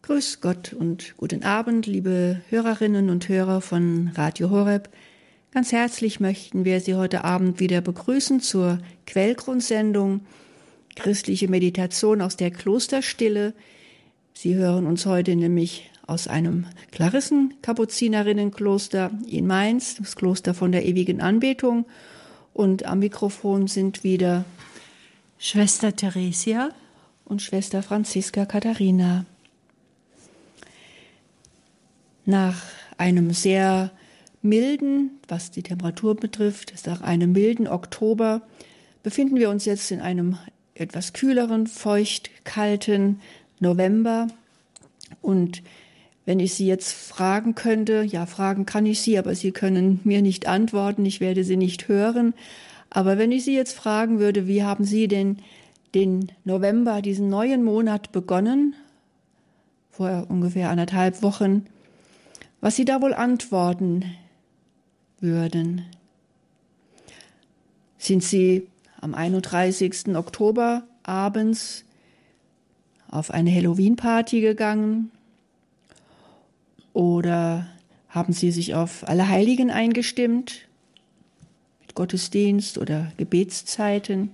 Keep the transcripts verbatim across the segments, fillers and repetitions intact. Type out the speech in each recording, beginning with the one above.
Grüß Gott und guten Abend, liebe Hörerinnen und Hörer von Radio Horeb. Ganz herzlich möchten wir Sie heute Abend wieder begrüßen zur Quellgrundsendung Christliche Meditation aus der Klosterstille. Sie hören uns heute nämlich aus einem Klarissen-Kapuzinerinnenkloster in Mainz, das Kloster von der ewigen Anbetung. Und am Mikrofon sind wieder Schwester Theresia und Schwester Franziska Katharina. Nach einem sehr milden, was die Temperatur betrifft, nach einem milden Oktober, befinden wir uns jetzt in einem etwas kühleren, feucht, kalten November. Und wenn ich Sie jetzt fragen könnte, ja, fragen kann ich Sie, aber Sie können mir nicht antworten, ich werde Sie nicht hören. Aber wenn ich Sie jetzt fragen würde, wie haben Sie denn den November, diesen neuen Monat begonnen, vor ungefähr anderthalb Wochen, was Sie da wohl antworten würden? Sind Sie am einunddreißigsten Oktober abends auf eine Halloween-Party gegangen? Oder haben Sie sich auf Allerheiligen eingestimmt, mit Gottesdienst oder Gebetszeiten?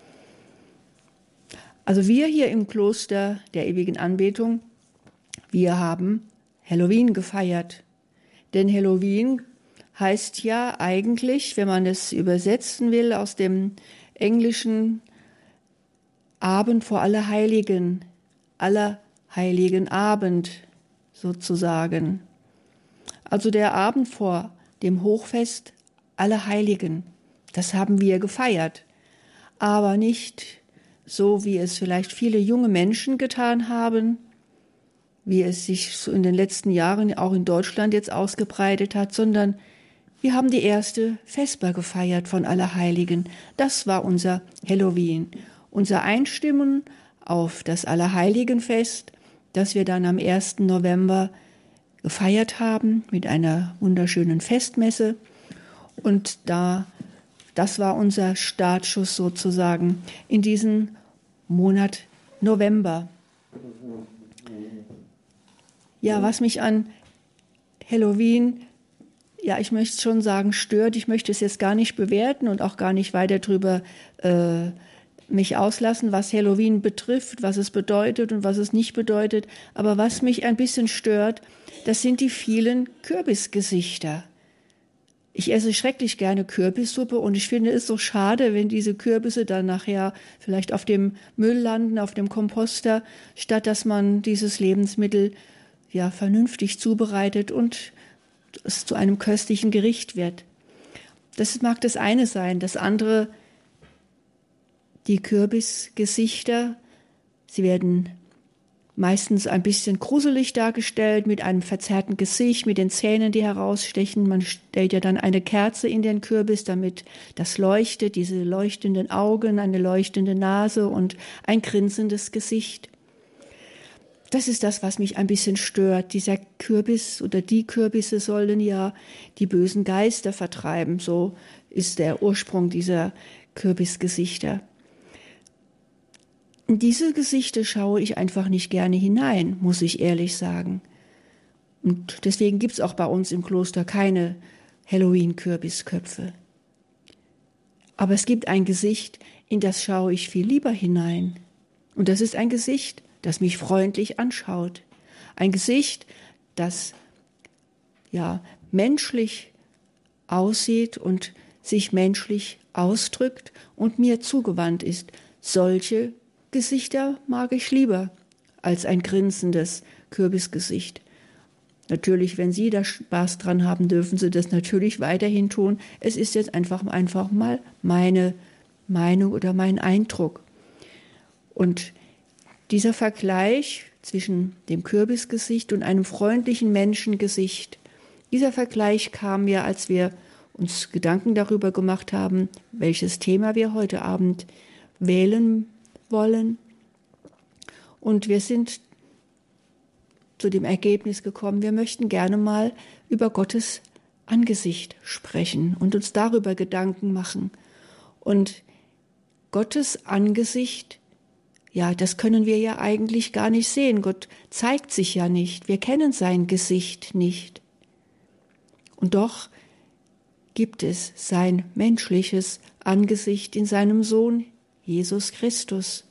Also wir hier im Kloster der ewigen Anbetung, wir haben Halloween gefeiert. Denn Halloween heißt ja eigentlich, wenn man es übersetzen will, aus dem englischen Abend vor Allerheiligen, Allerheiligen Abend sozusagen. Also der Abend vor dem Hochfest Allerheiligen, das haben wir gefeiert. Aber nicht so, wie es vielleicht viele junge Menschen getan haben, wie es sich so in den letzten Jahren auch in Deutschland jetzt ausgebreitet hat, sondern wir haben die erste Vesper gefeiert von Allerheiligen. Das war unser Halloween, unser Einstimmen auf das Allerheiligenfest, das wir dann am ersten November gefeiert haben mit einer wunderschönen Festmesse. Und da, das war unser Startschuss sozusagen in diesen Monat November. Ja, was mich an Halloween, ja, ich möchte schon sagen, stört. Ich möchte es jetzt gar nicht bewerten und auch gar nicht weiter drüber äh, mich auslassen, was Halloween betrifft, was es bedeutet und was es nicht bedeutet. Aber was mich ein bisschen stört, das sind die vielen Kürbisgesichter. Ich esse schrecklich gerne Kürbissuppe und ich finde es so schade, wenn diese Kürbisse dann nachher vielleicht auf dem Müll landen, auf dem Komposter, statt dass man dieses Lebensmittel ja vernünftig zubereitet und es zu einem köstlichen Gericht wird. Das mag das eine sein. Das andere, die Kürbisgesichter, sie werden meistens ein bisschen gruselig dargestellt, mit einem verzerrten Gesicht, mit den Zähnen, die herausstechen. Man stellt ja dann eine Kerze in den Kürbis, damit das leuchtet, diese leuchtenden Augen, eine leuchtende Nase und ein grinsendes Gesicht. Das ist das, was mich ein bisschen stört. Dieser Kürbis oder die Kürbisse sollen ja die bösen Geister vertreiben. So ist der Ursprung dieser Kürbisgesichter. In diese Gesichter schaue ich einfach nicht gerne hinein, muss ich ehrlich sagen. Und deswegen gibt es auch bei uns im Kloster keine Halloween-Kürbisköpfe. Aber es gibt ein Gesicht, in das schaue ich viel lieber hinein. Und das ist ein Gesicht, das mich freundlich anschaut. Ein Gesicht, das ja menschlich aussieht und sich menschlich ausdrückt und mir zugewandt ist. Solche Gesichter mag ich lieber als ein grinsendes Kürbisgesicht. Natürlich, wenn Sie da Spaß dran haben, dürfen Sie das natürlich weiterhin tun. Es ist jetzt einfach, einfach mal meine Meinung oder mein Eindruck. Und dieser Vergleich zwischen dem Kürbisgesicht und einem freundlichen Menschengesicht, dieser Vergleich kam mir, als wir uns Gedanken darüber gemacht haben, welches Thema wir heute Abend wählen wollen. Und wir sind zu dem Ergebnis gekommen, wir möchten gerne mal über Gottes Angesicht sprechen und uns darüber Gedanken machen. Und Gottes Angesicht, ja, das können wir ja eigentlich gar nicht sehen. Gott zeigt sich ja nicht. Wir kennen sein Gesicht nicht. Und doch gibt es sein menschliches Angesicht in seinem Sohn Jesus Christus.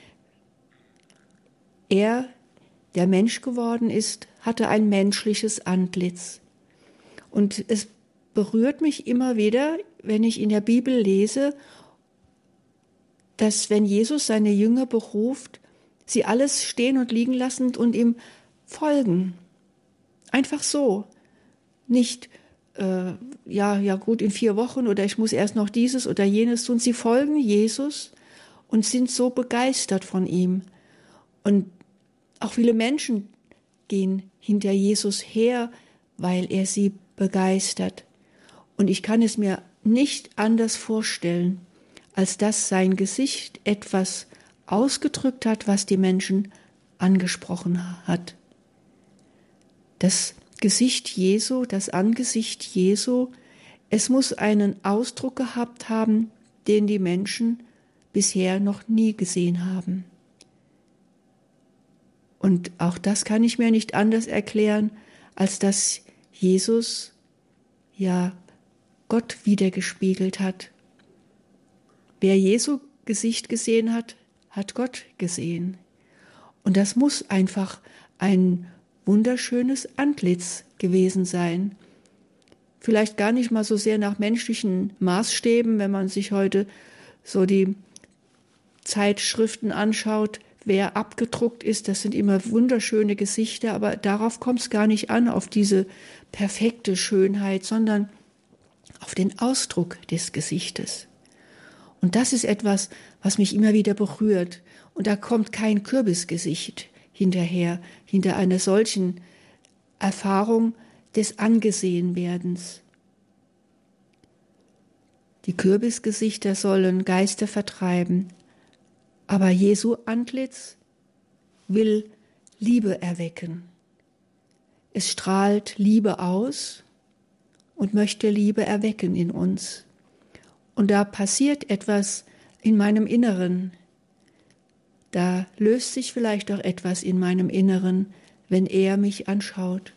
Er, der Mensch geworden ist, hatte ein menschliches Antlitz. Und es berührt mich immer wieder, wenn ich in der Bibel lese, dass wenn Jesus seine Jünger beruft, sie alles stehen und liegen lassen und ihm folgen. Einfach so. Nicht, äh, ja, ja gut, in vier Wochen oder ich muss erst noch dieses oder jenes tun. Sie folgen Jesus und sind so begeistert von ihm. Und auch viele Menschen gehen hinter Jesus her, weil er sie begeistert. Und ich kann es mir nicht anders vorstellen, als dass sein Gesicht etwas ausgedrückt hat, was die Menschen angesprochen hat. Das Gesicht Jesu, das Angesicht Jesu, es muss einen Ausdruck gehabt haben, den die Menschen bisher noch nie gesehen haben. Und auch das kann ich mir nicht anders erklären, als dass Jesus ja Gott wiedergespiegelt hat. Wer Jesu Gesicht gesehen hat, hat Gott gesehen. Und das muss einfach ein wunderschönes Antlitz gewesen sein. Vielleicht gar nicht mal so sehr nach menschlichen Maßstäben, wenn man sich heute so die Zeitschriften anschaut, wer abgedruckt ist, das sind immer wunderschöne Gesichter, aber darauf kommt es gar nicht an, auf diese perfekte Schönheit, sondern auf den Ausdruck des Gesichtes. Und das ist etwas, was mich immer wieder berührt. Und da kommt kein Kürbisgesicht hinterher, hinter einer solchen Erfahrung des Angesehenwerdens. Die Kürbisgesichter sollen Geister vertreiben, aber Jesu Antlitz will Liebe erwecken. Es strahlt Liebe aus und möchte Liebe erwecken in uns. Und da passiert etwas in meinem Inneren. Da löst sich vielleicht auch etwas in meinem Inneren, wenn er mich anschaut.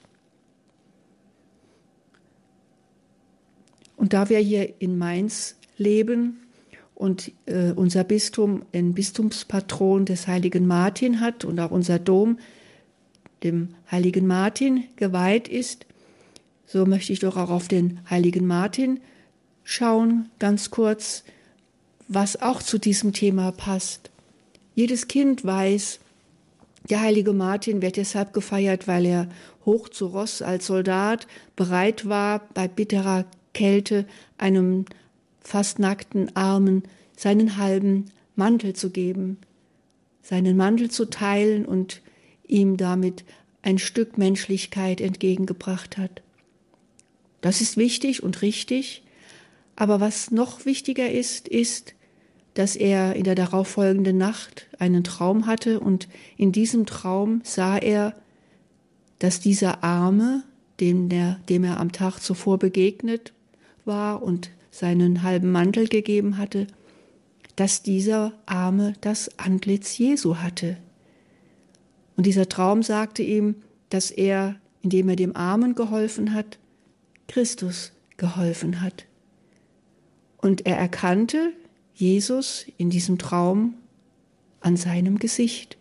Und da wir hier in Mainz leben und äh, unser Bistum einen Bistumspatron des heiligen Martin hat und auch unser Dom dem heiligen Martin geweiht ist, so möchte ich doch auch auf den heiligen Martin schauen, ganz kurz, was auch zu diesem Thema passt. Jedes Kind weiß, der heilige Martin wird deshalb gefeiert, weil er hoch zu Ross als Soldat bereit war, bei bitterer Kälte einem fast nackten Armen seinen halben Mantel zu geben, seinen Mantel zu teilen und ihm damit ein Stück Menschlichkeit entgegengebracht hat. Das ist wichtig und richtig. Aber was noch wichtiger ist, ist, dass er in der darauffolgenden Nacht einen Traum hatte und in diesem Traum sah er, dass dieser Arme, dem, der, dem er am Tag zuvor begegnet war und seinen halben Mantel gegeben hatte, dass dieser Arme das Antlitz Jesu hatte. Und dieser Traum sagte ihm, dass er, indem er dem Armen geholfen hat, Christus geholfen hat. Und er erkannte Jesus in diesem Traum an seinem Gesicht.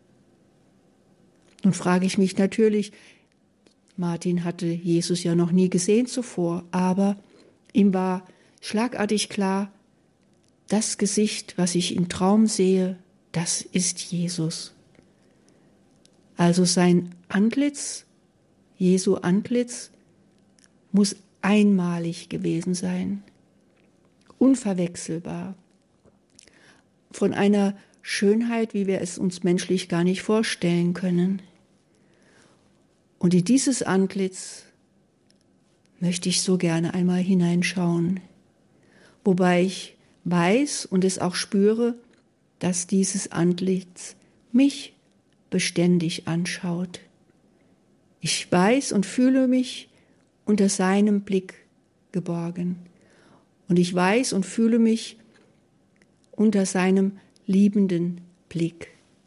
Nun frage ich mich natürlich, Martin hatte Jesus ja noch nie gesehen zuvor, aber ihm war schlagartig klar, das Gesicht, was ich im Traum sehe, das ist Jesus. Also sein Antlitz, Jesu Antlitz, muss einmalig gewesen sein. Unverwechselbar, von einer Schönheit, wie wir es uns menschlich gar nicht vorstellen können. Und in dieses Antlitz möchte ich so gerne einmal hineinschauen, wobei ich weiß und es auch spüre, dass dieses Antlitz mich beständig anschaut. Ich weiß und fühle mich unter seinem Blick geborgen. Und ich weiß und fühle mich unter seinem liebenden Blick.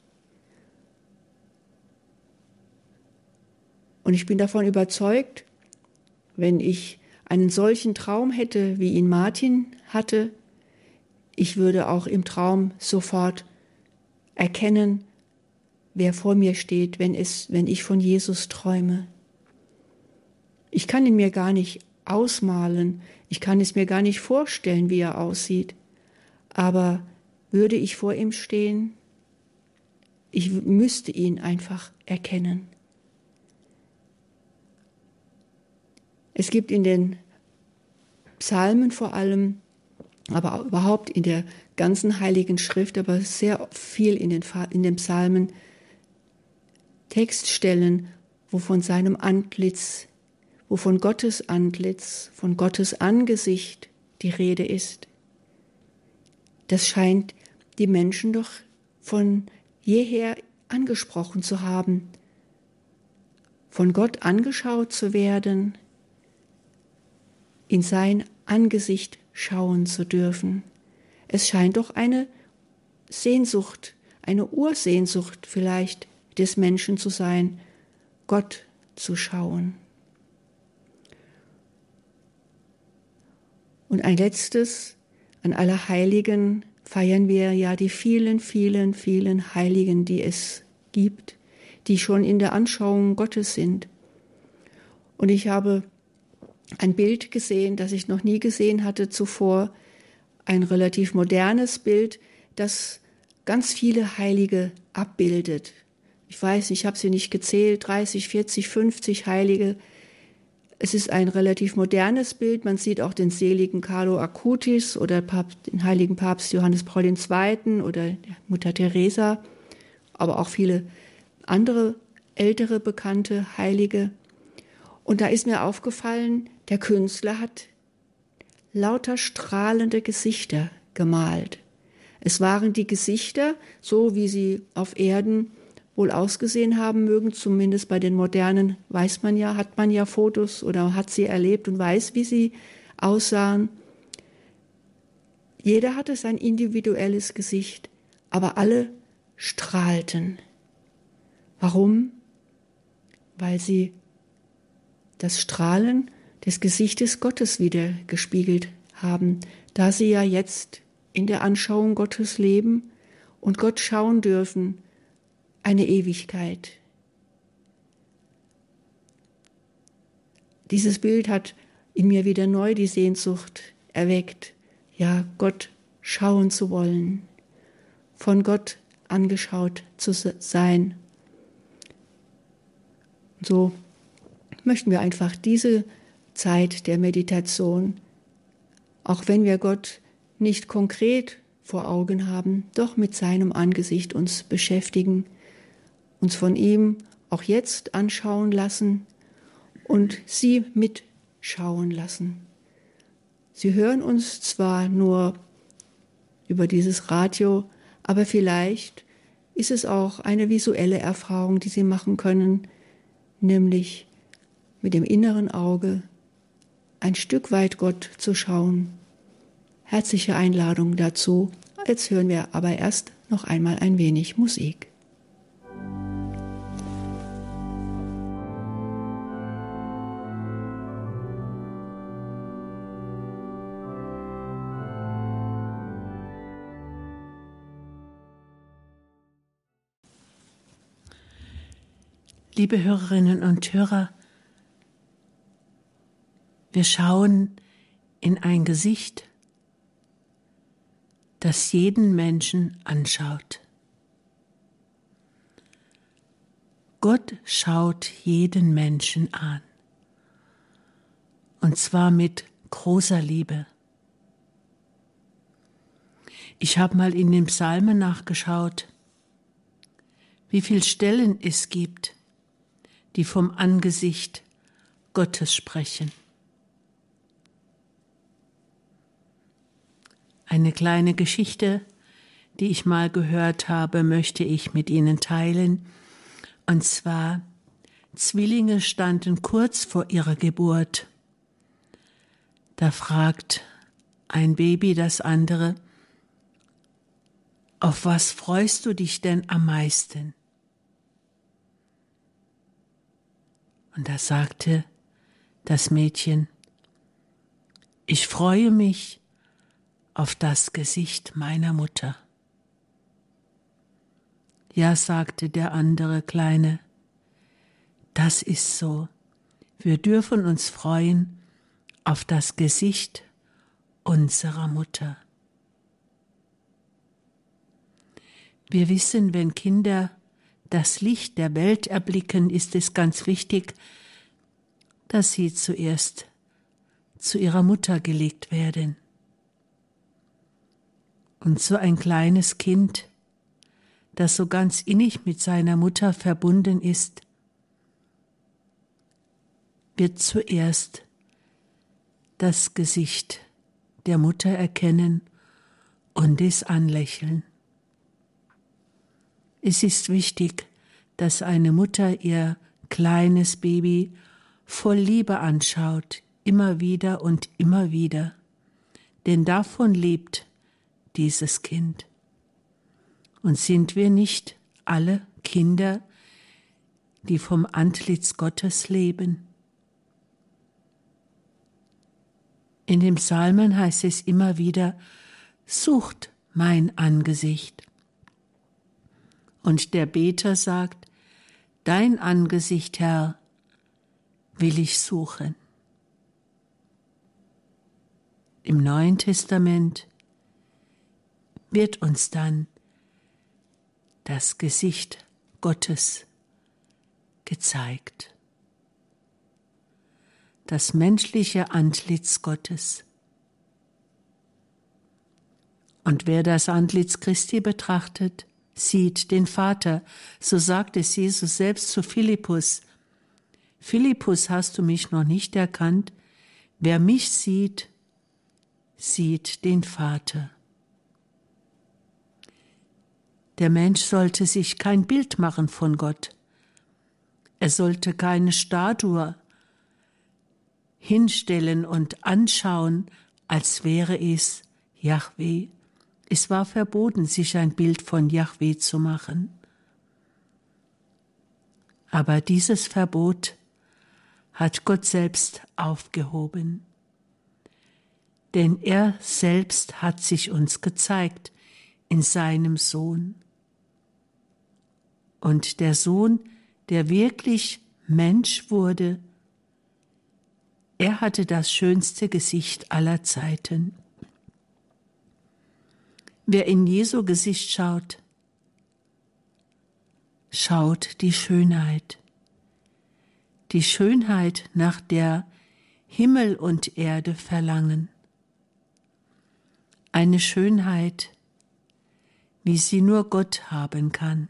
Und ich bin davon überzeugt, wenn ich einen solchen Traum hätte, wie ihn Martin hatte, ich würde auch im Traum sofort erkennen, wer vor mir steht, wenn es, wenn ich von Jesus träume. Ich kann ihn mir gar nicht ausmalen, ich kann es mir gar nicht vorstellen, wie er aussieht. Aber würde ich vor ihm stehen, ich müsste ihn einfach erkennen. Es gibt in den Psalmen vor allem, aber auch überhaupt in der ganzen Heiligen Schrift, aber sehr viel in den, in den Psalmen, Textstellen, wo von seinem Antlitz, wo von Gottes Antlitz, von Gottes Angesicht die Rede ist. Das scheint die Menschen doch von jeher angesprochen zu haben, von Gott angeschaut zu werden, in sein Angesicht schauen zu dürfen. Es scheint doch eine Sehnsucht, eine Ursehnsucht vielleicht des Menschen zu sein, Gott zu schauen. Und ein letztes, an Allerheiligen feiern wir ja die vielen, vielen, vielen Heiligen, die es gibt, die schon in der Anschauung Gottes sind. Und ich habe ein Bild gesehen, das ich noch nie gesehen hatte zuvor, ein relativ modernes Bild, das ganz viele Heilige abbildet. Ich weiß, ich habe sie nicht gezählt, dreißig, vierzig, fünfzig Heilige. Es ist ein relativ modernes Bild. Man sieht auch den seligen Carlo Acutis oder den heiligen Papst Johannes Paul der Zweite oder Mutter Teresa, aber auch viele andere ältere bekannte Heilige. Und da ist mir aufgefallen, der Künstler hat lauter strahlende Gesichter gemalt. Es waren die Gesichter, so wie sie auf Erden wohl ausgesehen haben mögen, zumindest bei den modernen, weiß man ja, hat man ja Fotos oder hat sie erlebt und weiß, wie sie aussahen. Jeder hatte sein individuelles Gesicht, aber alle strahlten. Warum? Weil sie das Strahlen des Gesichtes Gottes wieder gespiegelt haben, da sie ja jetzt in der Anschauung Gottes leben und Gott schauen dürfen, eine Ewigkeit. Dieses Bild hat in mir wieder neu die Sehnsucht erweckt, ja, Gott schauen zu wollen, von Gott angeschaut zu sein. So möchten wir einfach diese Zeit der Meditation, auch wenn wir Gott nicht konkret vor Augen haben, doch mit seinem Angesicht uns beschäftigen, uns von ihm auch jetzt anschauen lassen und sie mitschauen lassen. Sie hören uns zwar nur über dieses Radio, aber vielleicht ist es auch eine visuelle Erfahrung, die Sie machen können, nämlich mit dem inneren Auge ein Stück weit Gott zu schauen. Herzliche Einladung dazu. Jetzt hören wir aber erst noch einmal ein wenig Musik. Liebe Hörerinnen und Hörer, wir schauen in ein Gesicht, das jeden Menschen anschaut. Gott schaut jeden Menschen an, und zwar mit großer Liebe. Ich habe mal in den Psalmen nachgeschaut, wie viele Stellen es gibt, die vom Angesicht Gottes sprechen. Eine kleine Geschichte, die ich mal gehört habe, möchte ich mit Ihnen teilen. Und zwar, Zwillinge standen kurz vor ihrer Geburt. Da fragt ein Baby das andere: Auf was freust du dich denn am meisten? Und da sagte das Mädchen, ich freue mich auf das Gesicht meiner Mutter. Ja, sagte der andere Kleine, das ist so. Wir dürfen uns freuen auf das Gesicht unserer Mutter. Wir wissen, wenn Kinder das Licht der Welt erblicken, ist es ganz wichtig, dass sie zuerst zu ihrer Mutter gelegt werden. Und so ein kleines Kind, das so ganz innig mit seiner Mutter verbunden ist, wird zuerst das Gesicht der Mutter erkennen und es anlächeln. Es ist wichtig, dass eine Mutter ihr kleines Baby voll Liebe anschaut, immer wieder und immer wieder, denn davon lebt dieses Kind. Und sind wir nicht alle Kinder, die vom Antlitz Gottes leben? In den Psalmen heißt es immer wieder, sucht mein Angesicht. Und der Beter sagt, dein Angesicht, Herr, will ich suchen. Im Neuen Testament wird uns dann das Gesicht Gottes gezeigt. Das menschliche Antlitz Gottes. Und wer das Antlitz Christi betrachtet, sieht den Vater. So sagt es Jesus selbst zu Philippus. Philippus, hast du mich noch nicht erkannt? Wer mich sieht, sieht den Vater. Der Mensch sollte sich kein Bild machen von Gott. Er sollte keine Statue hinstellen und anschauen, als wäre es Jahwe. Es war verboten, sich ein Bild von Jahwe zu machen. Aber dieses Verbot hat Gott selbst aufgehoben. Denn er selbst hat sich uns gezeigt in seinem Sohn. Und der Sohn, der wirklich Mensch wurde, er hatte das schönste Gesicht aller Zeiten. Wer in Jesu Gesicht schaut, schaut die Schönheit. Die Schönheit, nach der Himmel und Erde verlangen. Eine Schönheit, wie sie nur Gott haben kann.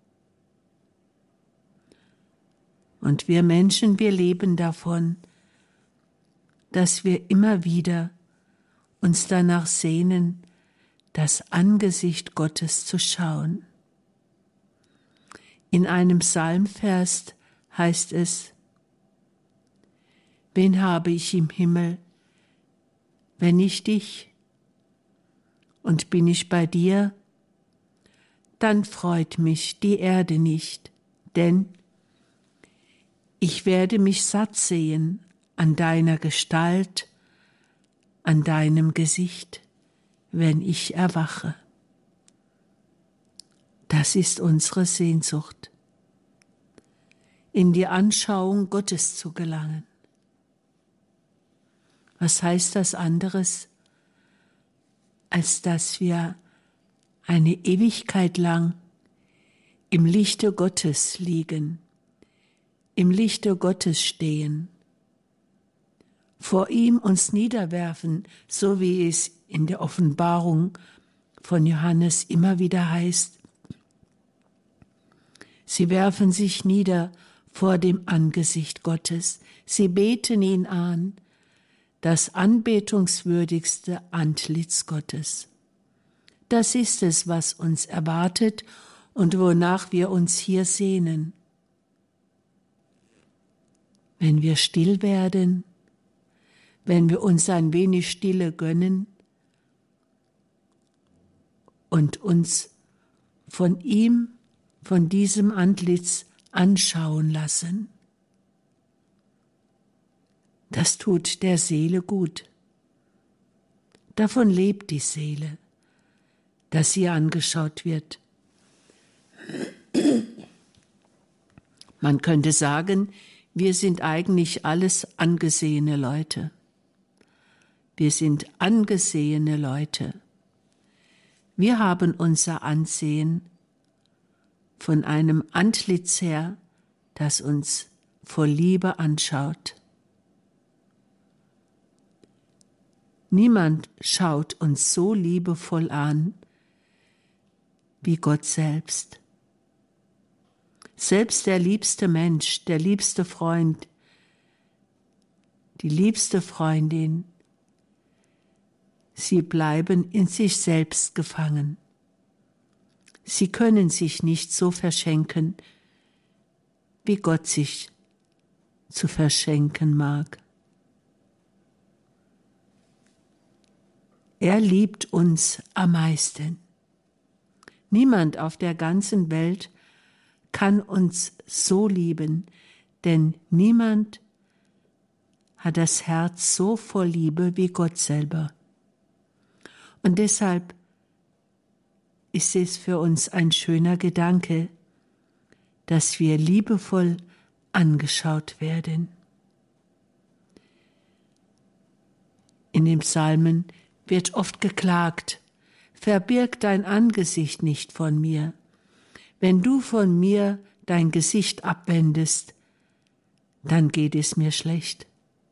Und wir Menschen, wir leben davon, dass wir immer wieder uns danach sehnen, das Angesicht Gottes zu schauen. In einem Psalmvers heißt es, wen habe ich im Himmel, wenn nicht dich? Und bin ich bei dir, dann freut mich die Erde nicht, denn ich werde mich satt sehen an deiner Gestalt, an deinem Gesicht, wenn ich erwache. Das ist unsere Sehnsucht, in die Anschauung Gottes zu gelangen. Was heißt das anderes, als dass wir eine Ewigkeit lang im Lichte Gottes liegen, im Lichte Gottes stehen, vor ihm uns niederwerfen, so wie es in der Offenbarung von Johannes immer wieder heißt. Sie werfen sich nieder vor dem Angesicht Gottes, sie beten ihn an, das anbetungswürdigste Antlitz Gottes. Das ist es, was uns erwartet und wonach wir uns hier sehnen. Wenn wir still werden, wenn wir uns ein wenig Stille gönnen und uns von ihm, von diesem Antlitz anschauen lassen. Das tut der Seele gut. Davon lebt die Seele, dass sie angeschaut wird. Man könnte sagen, wir sind eigentlich alles angesehene Leute. Wir sind angesehene Leute. Wir haben unser Ansehen von einem Antlitz her, das uns voll Liebe anschaut. Niemand schaut uns so liebevoll an wie Gott selbst. Selbst der liebste Mensch, der liebste Freund, die liebste Freundin, sie bleiben in sich selbst gefangen. Sie können sich nicht so verschenken, wie Gott sich zu verschenken mag. Er liebt uns am meisten. Niemand auf der ganzen Welt kann uns so lieben, denn niemand hat das Herz so voll Liebe wie Gott selber. Und deshalb ist es für uns ein schöner Gedanke, dass wir liebevoll angeschaut werden. In den Psalmen wird oft geklagt: Verbirg dein Angesicht nicht von mir. Wenn du von mir dein Gesicht abwendest, dann geht es mir schlecht.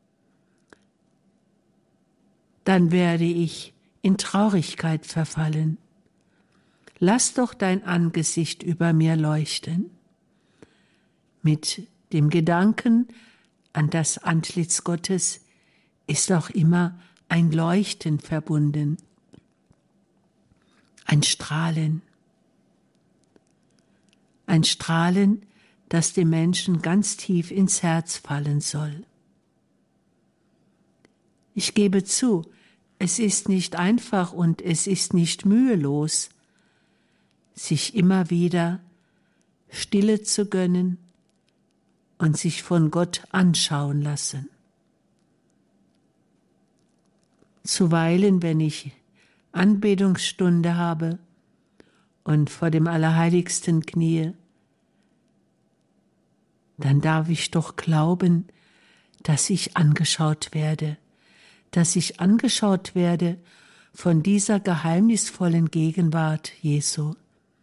Dann werde ich in Traurigkeit verfallen. Lass doch dein Angesicht über mir leuchten. Mit dem Gedanken an das Antlitz Gottes ist auch immer ein Leuchten verbunden, ein Strahlen. Ein Strahlen, das dem Menschen ganz tief ins Herz fallen soll. Ich gebe zu, es ist nicht einfach und es ist nicht mühelos, sich immer wieder Stille zu gönnen und sich von Gott anschauen lassen. Zuweilen, wenn ich Anbetungsstunde habe und vor dem Allerheiligsten kniee, dann darf ich doch glauben, dass ich angeschaut werde, dass ich angeschaut werde von dieser geheimnisvollen Gegenwart Jesu.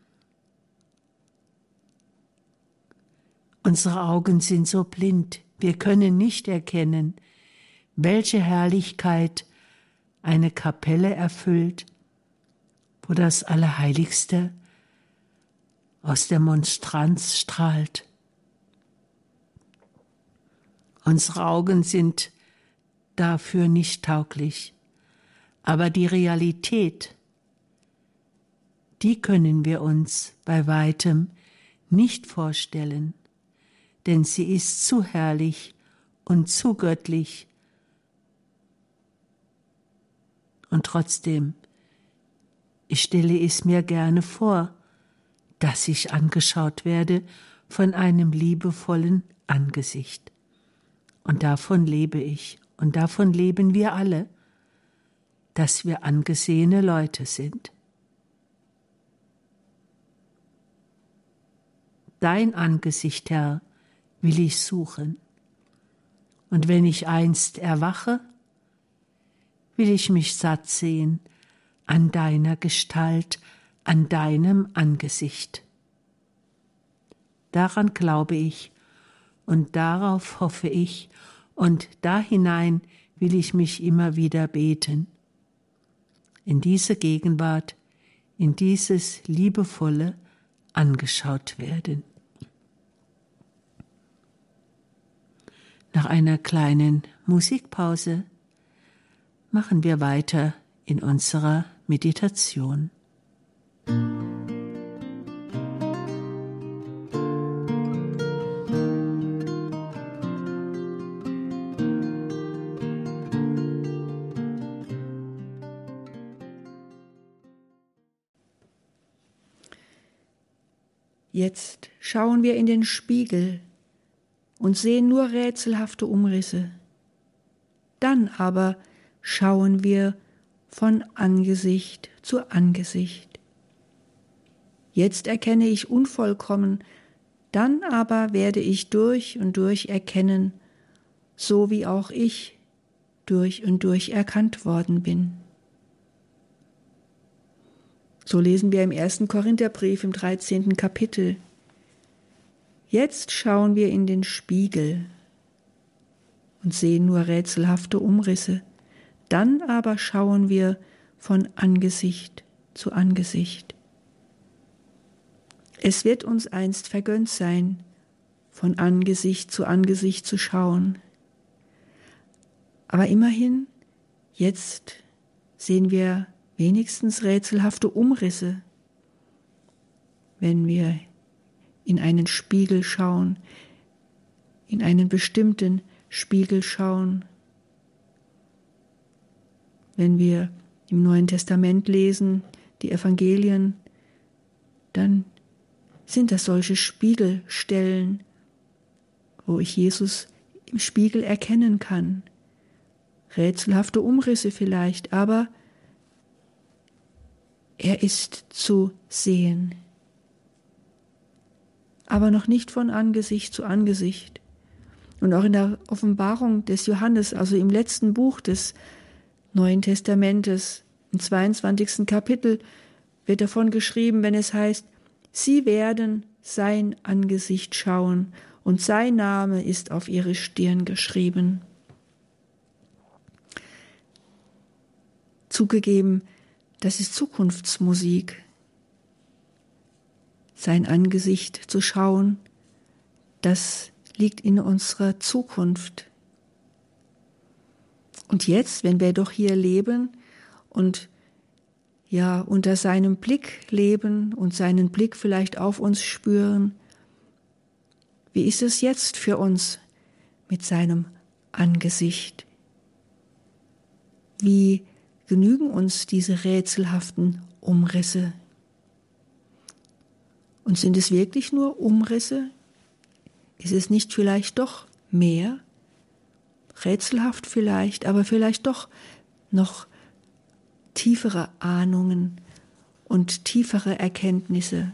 Unsere Augen sind so blind, wir können nicht erkennen, welche Herrlichkeit eine Kapelle erfüllt, wo das Allerheiligste aus der Monstranz strahlt. Unsere Augen sind dafür nicht tauglich, aber die Realität, die können wir uns bei weitem nicht vorstellen, denn sie ist zu herrlich und zu göttlich. Und trotzdem, ich stelle es mir gerne vor, dass ich angeschaut werde von einem liebevollen Angesicht. Und davon lebe ich und davon leben wir alle, dass wir angesehene Leute sind. Dein Angesicht, Herr, will ich suchen. Und wenn ich einst erwache, will ich mich satt sehen an deiner Gestalt, an deinem Angesicht. Daran glaube ich und darauf hoffe ich und da hinein will ich mich immer wieder beten. In diese Gegenwart, in dieses liebevolle angeschaut werden. Nach einer kleinen Musikpause machen wir weiter in unserer Meditation. Jetzt schauen wir in den Spiegel und sehen nur rätselhafte Umrisse. Dann aber schauen wir von Angesicht zu Angesicht. Jetzt erkenne ich unvollkommen, dann aber werde ich durch und durch erkennen, so wie auch ich durch und durch erkannt worden bin. So lesen wir im ersten Korintherbrief im dreizehnten Kapitel. Jetzt schauen wir in den Spiegel und sehen nur rätselhafte Umrisse. Dann aber schauen wir von Angesicht zu Angesicht. Es wird uns einst vergönnt sein, von Angesicht zu Angesicht zu schauen. Aber immerhin, jetzt sehen wir wenigstens rätselhafte Umrisse, wenn wir in einen Spiegel schauen, in einen bestimmten Spiegel schauen. Wenn wir im Neuen Testament lesen, die Evangelien, dann sind das solche Spiegelstellen, wo ich Jesus im Spiegel erkennen kann. Rätselhafte Umrisse vielleicht, aber er ist zu sehen. Aber noch nicht von Angesicht zu Angesicht. Und auch in der Offenbarung des Johannes, also im letzten Buch des Neuen Testamentes, im zweiundzwanzigsten Kapitel, wird davon geschrieben, wenn es heißt, sie werden sein Angesicht schauen und sein Name ist auf ihre Stirn geschrieben. Zugegeben, das ist Zukunftsmusik. Sein Angesicht zu schauen, das liegt in unserer Zukunft. Und jetzt, wenn wir doch hier leben und ja unter seinem Blick leben und seinen Blick vielleicht auf uns spüren, wie ist es jetzt für uns mit seinem Angesicht? Wie genügen uns diese rätselhaften Umrisse? Und sind es wirklich nur Umrisse? Ist es nicht vielleicht doch mehr? Rätselhaft vielleicht, aber vielleicht doch noch tiefere Ahnungen und tiefere Erkenntnisse.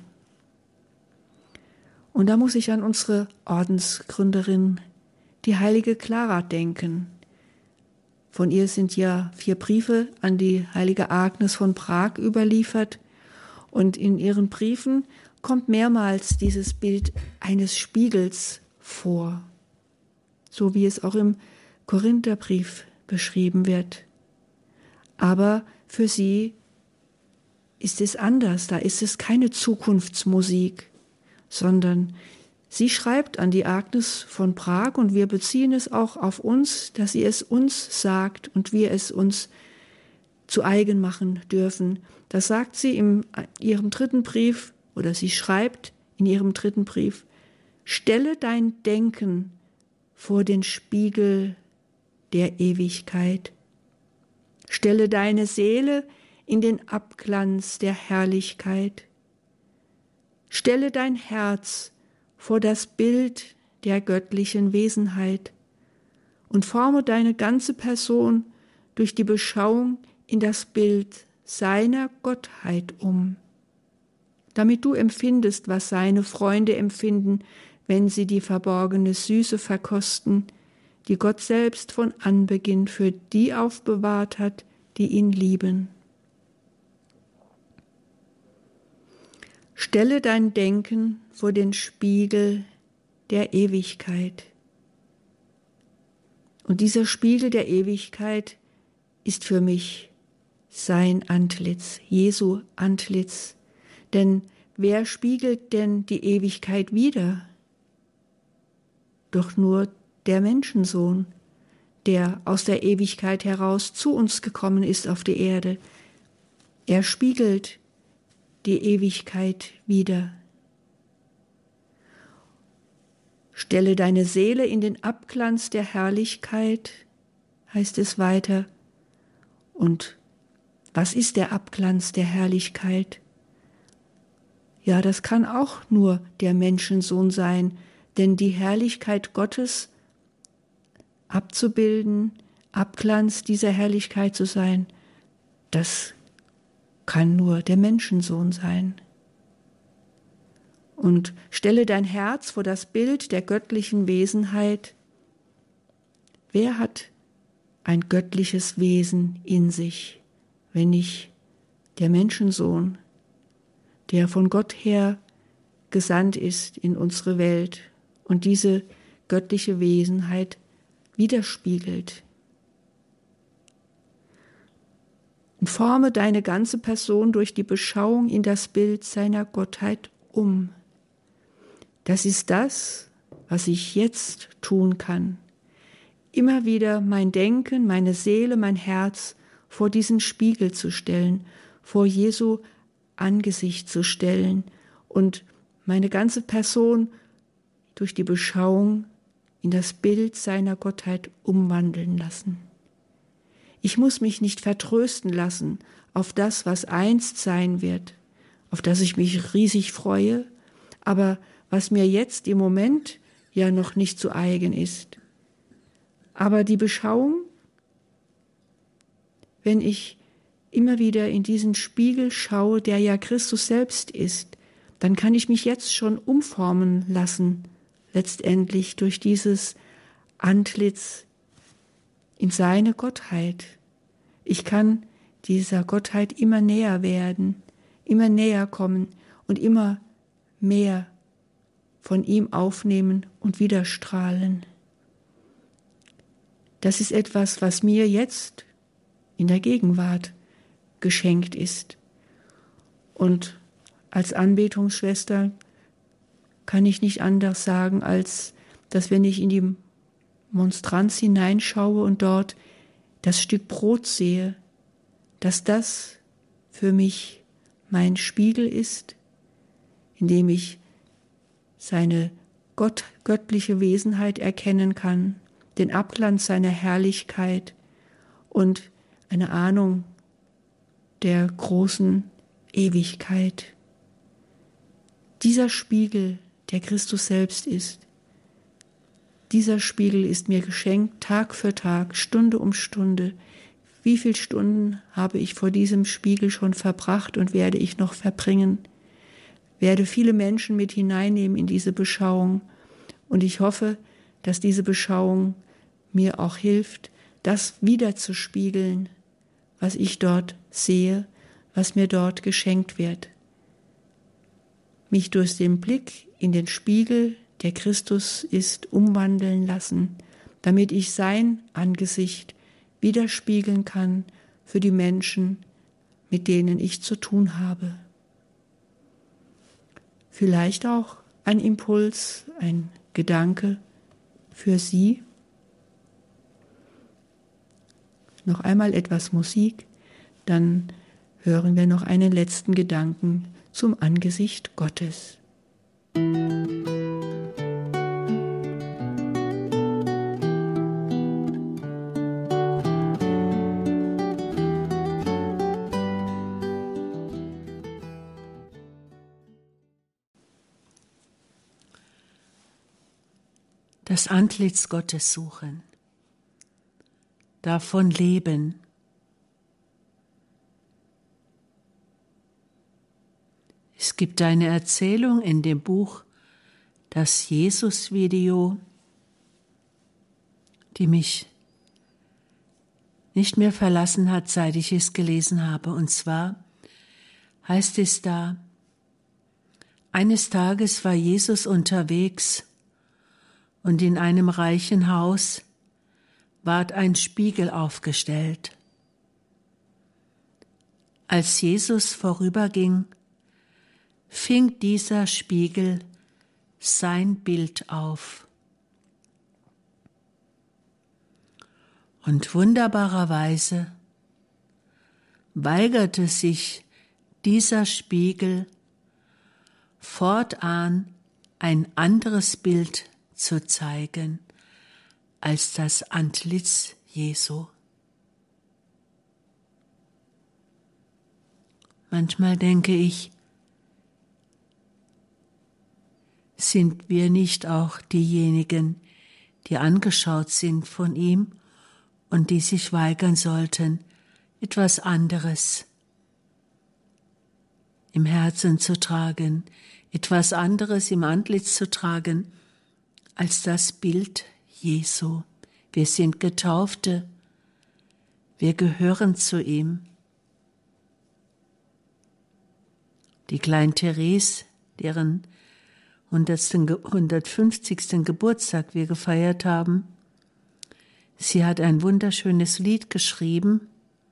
Und da muss ich an unsere Ordensgründerin, die heilige Clara, denken. Von ihr sind ja vier Briefe an die heilige Agnes von Prag überliefert. Und in ihren Briefen kommt mehrmals dieses Bild eines Spiegels vor, so wie es auch im Korintherbrief beschrieben wird. Aber für sie ist es anders, da ist es keine Zukunftsmusik, sondern sie schreibt an die Agnes von Prag und wir beziehen es auch auf uns, dass sie es uns sagt und wir es uns zu eigen machen dürfen. Das sagt sie in ihrem dritten Brief, oder sie schreibt in ihrem dritten Brief, stelle dein Denken vor den Spiegel der Ewigkeit. Stelle deine Seele in den Abglanz der Herrlichkeit. Stelle dein Herz vor das Bild der göttlichen Wesenheit und forme deine ganze Person durch die Beschauung in das Bild seiner Gottheit um, damit du empfindest, was seine Freunde empfinden, wenn sie die verborgene Süße verkosten, die Gott selbst von Anbeginn für die aufbewahrt hat, die ihn lieben. Stelle dein Denken vor den Spiegel der Ewigkeit. Und dieser Spiegel der Ewigkeit ist für mich sein Antlitz, Jesu Antlitz. Denn wer spiegelt denn die Ewigkeit wider? Doch nur der Menschensohn, der aus der Ewigkeit heraus zu uns gekommen ist auf die Erde. Er spiegelt die Ewigkeit wider. Stelle deine Seele in den Abglanz der Herrlichkeit, heißt es weiter. Und was ist der Abglanz der Herrlichkeit? Ja, das kann auch nur der Menschensohn sein, denn die Herrlichkeit Gottes abzubilden, Abglanz dieser Herrlichkeit zu sein, das kann nur der Menschensohn sein. Und stelle dein Herz vor das Bild der göttlichen Wesenheit. Wer hat ein göttliches Wesen in sich, wenn nicht der Menschensohn, der von Gott her gesandt ist in unsere Welt und diese göttliche Wesenheit widerspiegelt? Und forme deine ganze Person durch die Beschauung in das Bild seiner Gottheit um. Das ist das, was ich jetzt tun kann. Immer wieder mein Denken, meine Seele, mein Herz vor diesen Spiegel zu stellen, vor Jesu Angesicht zu stellen und meine ganze Person durch die Beschauung in das Bild seiner Gottheit umwandeln lassen. Ich muss mich nicht vertrösten lassen auf das, was einst sein wird, auf das ich mich riesig freue, aber was mir jetzt im Moment ja noch nicht so eigen ist. Aber die Beschauung, wenn ich immer wieder in diesen Spiegel schaue, der ja Christus selbst ist, dann kann ich mich jetzt schon umformen lassen, letztendlich durch dieses Antlitz in seine Gottheit. Ich kann dieser Gottheit immer näher werden, immer näher kommen und immer mehr von ihm aufnehmen und widerstrahlen. Das ist etwas, was mir jetzt in der Gegenwart geschenkt ist. Und als Anbetungsschwester kann ich nicht anders sagen, als dass wenn ich in die Monstranz hineinschaue und dort das Stück Brot sehe, dass das für mich mein Spiegel ist, in dem ich seine Gott, göttliche Wesenheit erkennen kann, den Abglanz seiner Herrlichkeit und eine Ahnung der großen Ewigkeit. Dieser Spiegel, der Christus selbst ist, dieser Spiegel ist mir geschenkt, Tag für Tag, Stunde um Stunde. Wie viele Stunden habe ich vor diesem Spiegel schon verbracht und werde ich noch verbringen? Werde viele Menschen mit hineinnehmen in diese Beschauung. Und ich hoffe, dass diese Beschauung mir auch hilft, das wiederzuspiegeln, was ich dort sehe, was mir dort geschenkt wird. Mich durch den Blick in den Spiegel, der Christus ist, umwandeln lassen, damit ich sein Angesicht widerspiegeln kann für die Menschen, mit denen ich zu tun habe. Vielleicht auch ein Impuls, ein Gedanke für Sie. Noch einmal etwas Musik, dann hören wir noch einen letzten Gedanken zum Angesicht Gottes. Das Antlitz Gottes suchen, davon leben. Es gibt eine Erzählung in dem Buch Das Jesus-Video, die mich nicht mehr verlassen hat, seit ich es gelesen habe. Und zwar heißt es da, eines Tages war Jesus unterwegs und in einem reichen Haus ward ein Spiegel aufgestellt. Als Jesus vorüberging, fing dieser Spiegel sein Bild auf. Und wunderbarerweise weigerte sich dieser Spiegel fortan ein anderes Bild zu zeigen als das Antlitz Jesu. Manchmal denke ich, Sind wir nicht auch diejenigen, die angeschaut sind von ihm und die sich weigern sollten, etwas anderes im Herzen zu tragen, etwas anderes im Antlitz zu tragen, als das Bild Jesu. Wir sind Getaufte, wir gehören zu ihm. Die Klein Therese, deren hundertfünfzigsten Geburtstag wir gefeiert haben, sie hat ein wunderschönes Lied geschrieben,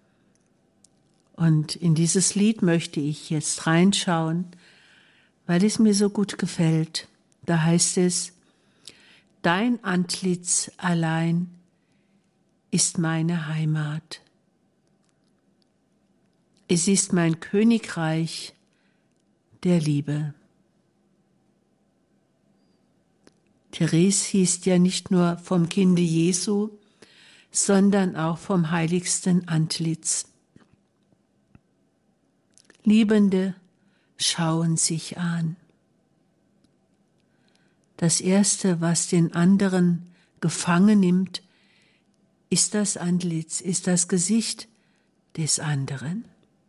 und in dieses Lied möchte ich jetzt reinschauen, weil es mir so gut gefällt. Da heißt es: Dein Antlitz allein ist meine Heimat. Es ist mein Königreich der Liebe. Therese hieß ja nicht nur vom Kinde Jesu, sondern auch vom heiligsten Antlitz. Liebende schauen sich an. Das Erste, was den anderen gefangen nimmt, ist das Antlitz, ist das Gesicht des anderen.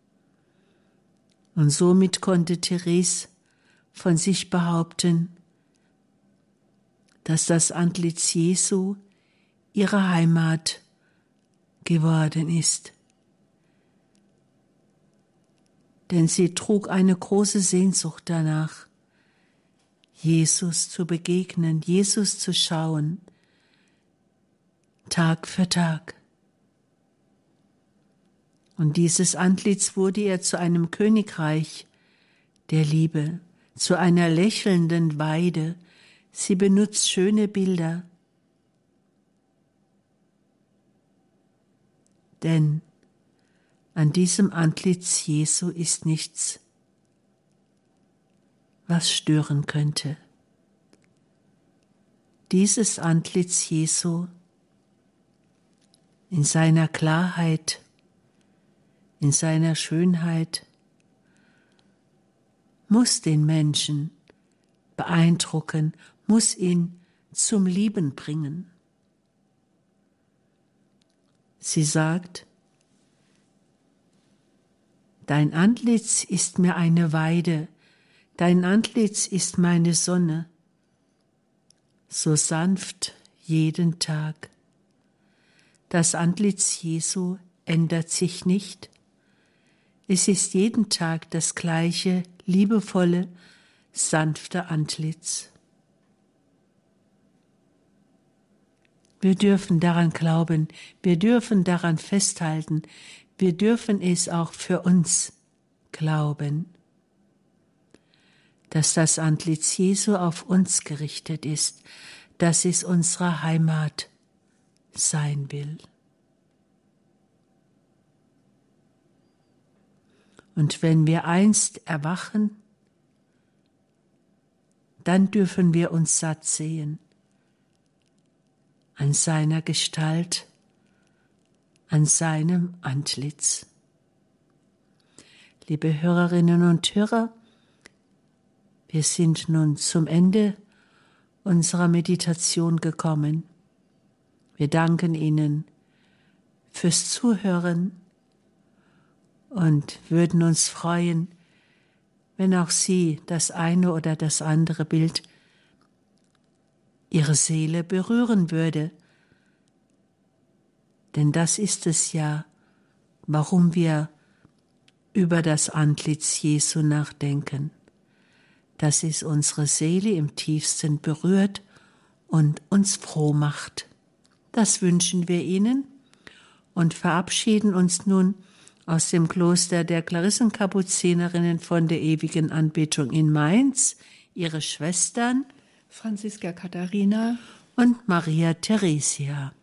Und somit konnte Therese von sich behaupten, dass das Antlitz Jesu ihre Heimat geworden ist. Denn sie trug eine große Sehnsucht danach, Jesus zu begegnen, Jesus zu schauen, Tag für Tag. Und dieses Antlitz wurde ihr zu einem Königreich der Liebe, zu einer lächelnden Weide. Sie benutzt schöne Bilder, denn an diesem Antlitz Jesu ist nichts, was stören könnte. Dieses Antlitz Jesu in seiner Klarheit, in seiner Schönheit muss den Menschen beeindrucken, muss ihn zum Lieben bringen. Sie sagt: Dein Antlitz ist mir eine Weide, dein Antlitz ist meine Sonne, so sanft jeden Tag. Das Antlitz Jesu ändert sich nicht. Es ist jeden Tag das gleiche, liebevolle, sanfte Antlitz. Wir dürfen daran glauben, wir dürfen daran festhalten, wir dürfen es auch für uns glauben, dass das Antlitz Jesu auf uns gerichtet ist, dass es unsere Heimat sein will. Und wenn wir einst erwachen, dann dürfen wir uns satt sehen an seiner Gestalt, an seinem Antlitz. Liebe Hörerinnen und Hörer, wir sind nun zum Ende unserer Meditation gekommen. Wir danken Ihnen fürs Zuhören und würden uns freuen, wenn auch Sie das eine oder das andere Bild Ihre Seele berühren würde. Denn das ist es ja, warum wir über das Antlitz Jesu nachdenken, dass es unsere Seele im tiefsten berührt und uns froh macht. Das wünschen wir Ihnen und verabschieden uns nun aus dem Kloster der Klarissenkapuzinerinnen von der ewigen Anbetung in Mainz, Ihre Schwestern Franziska Katharina und Maria Theresia.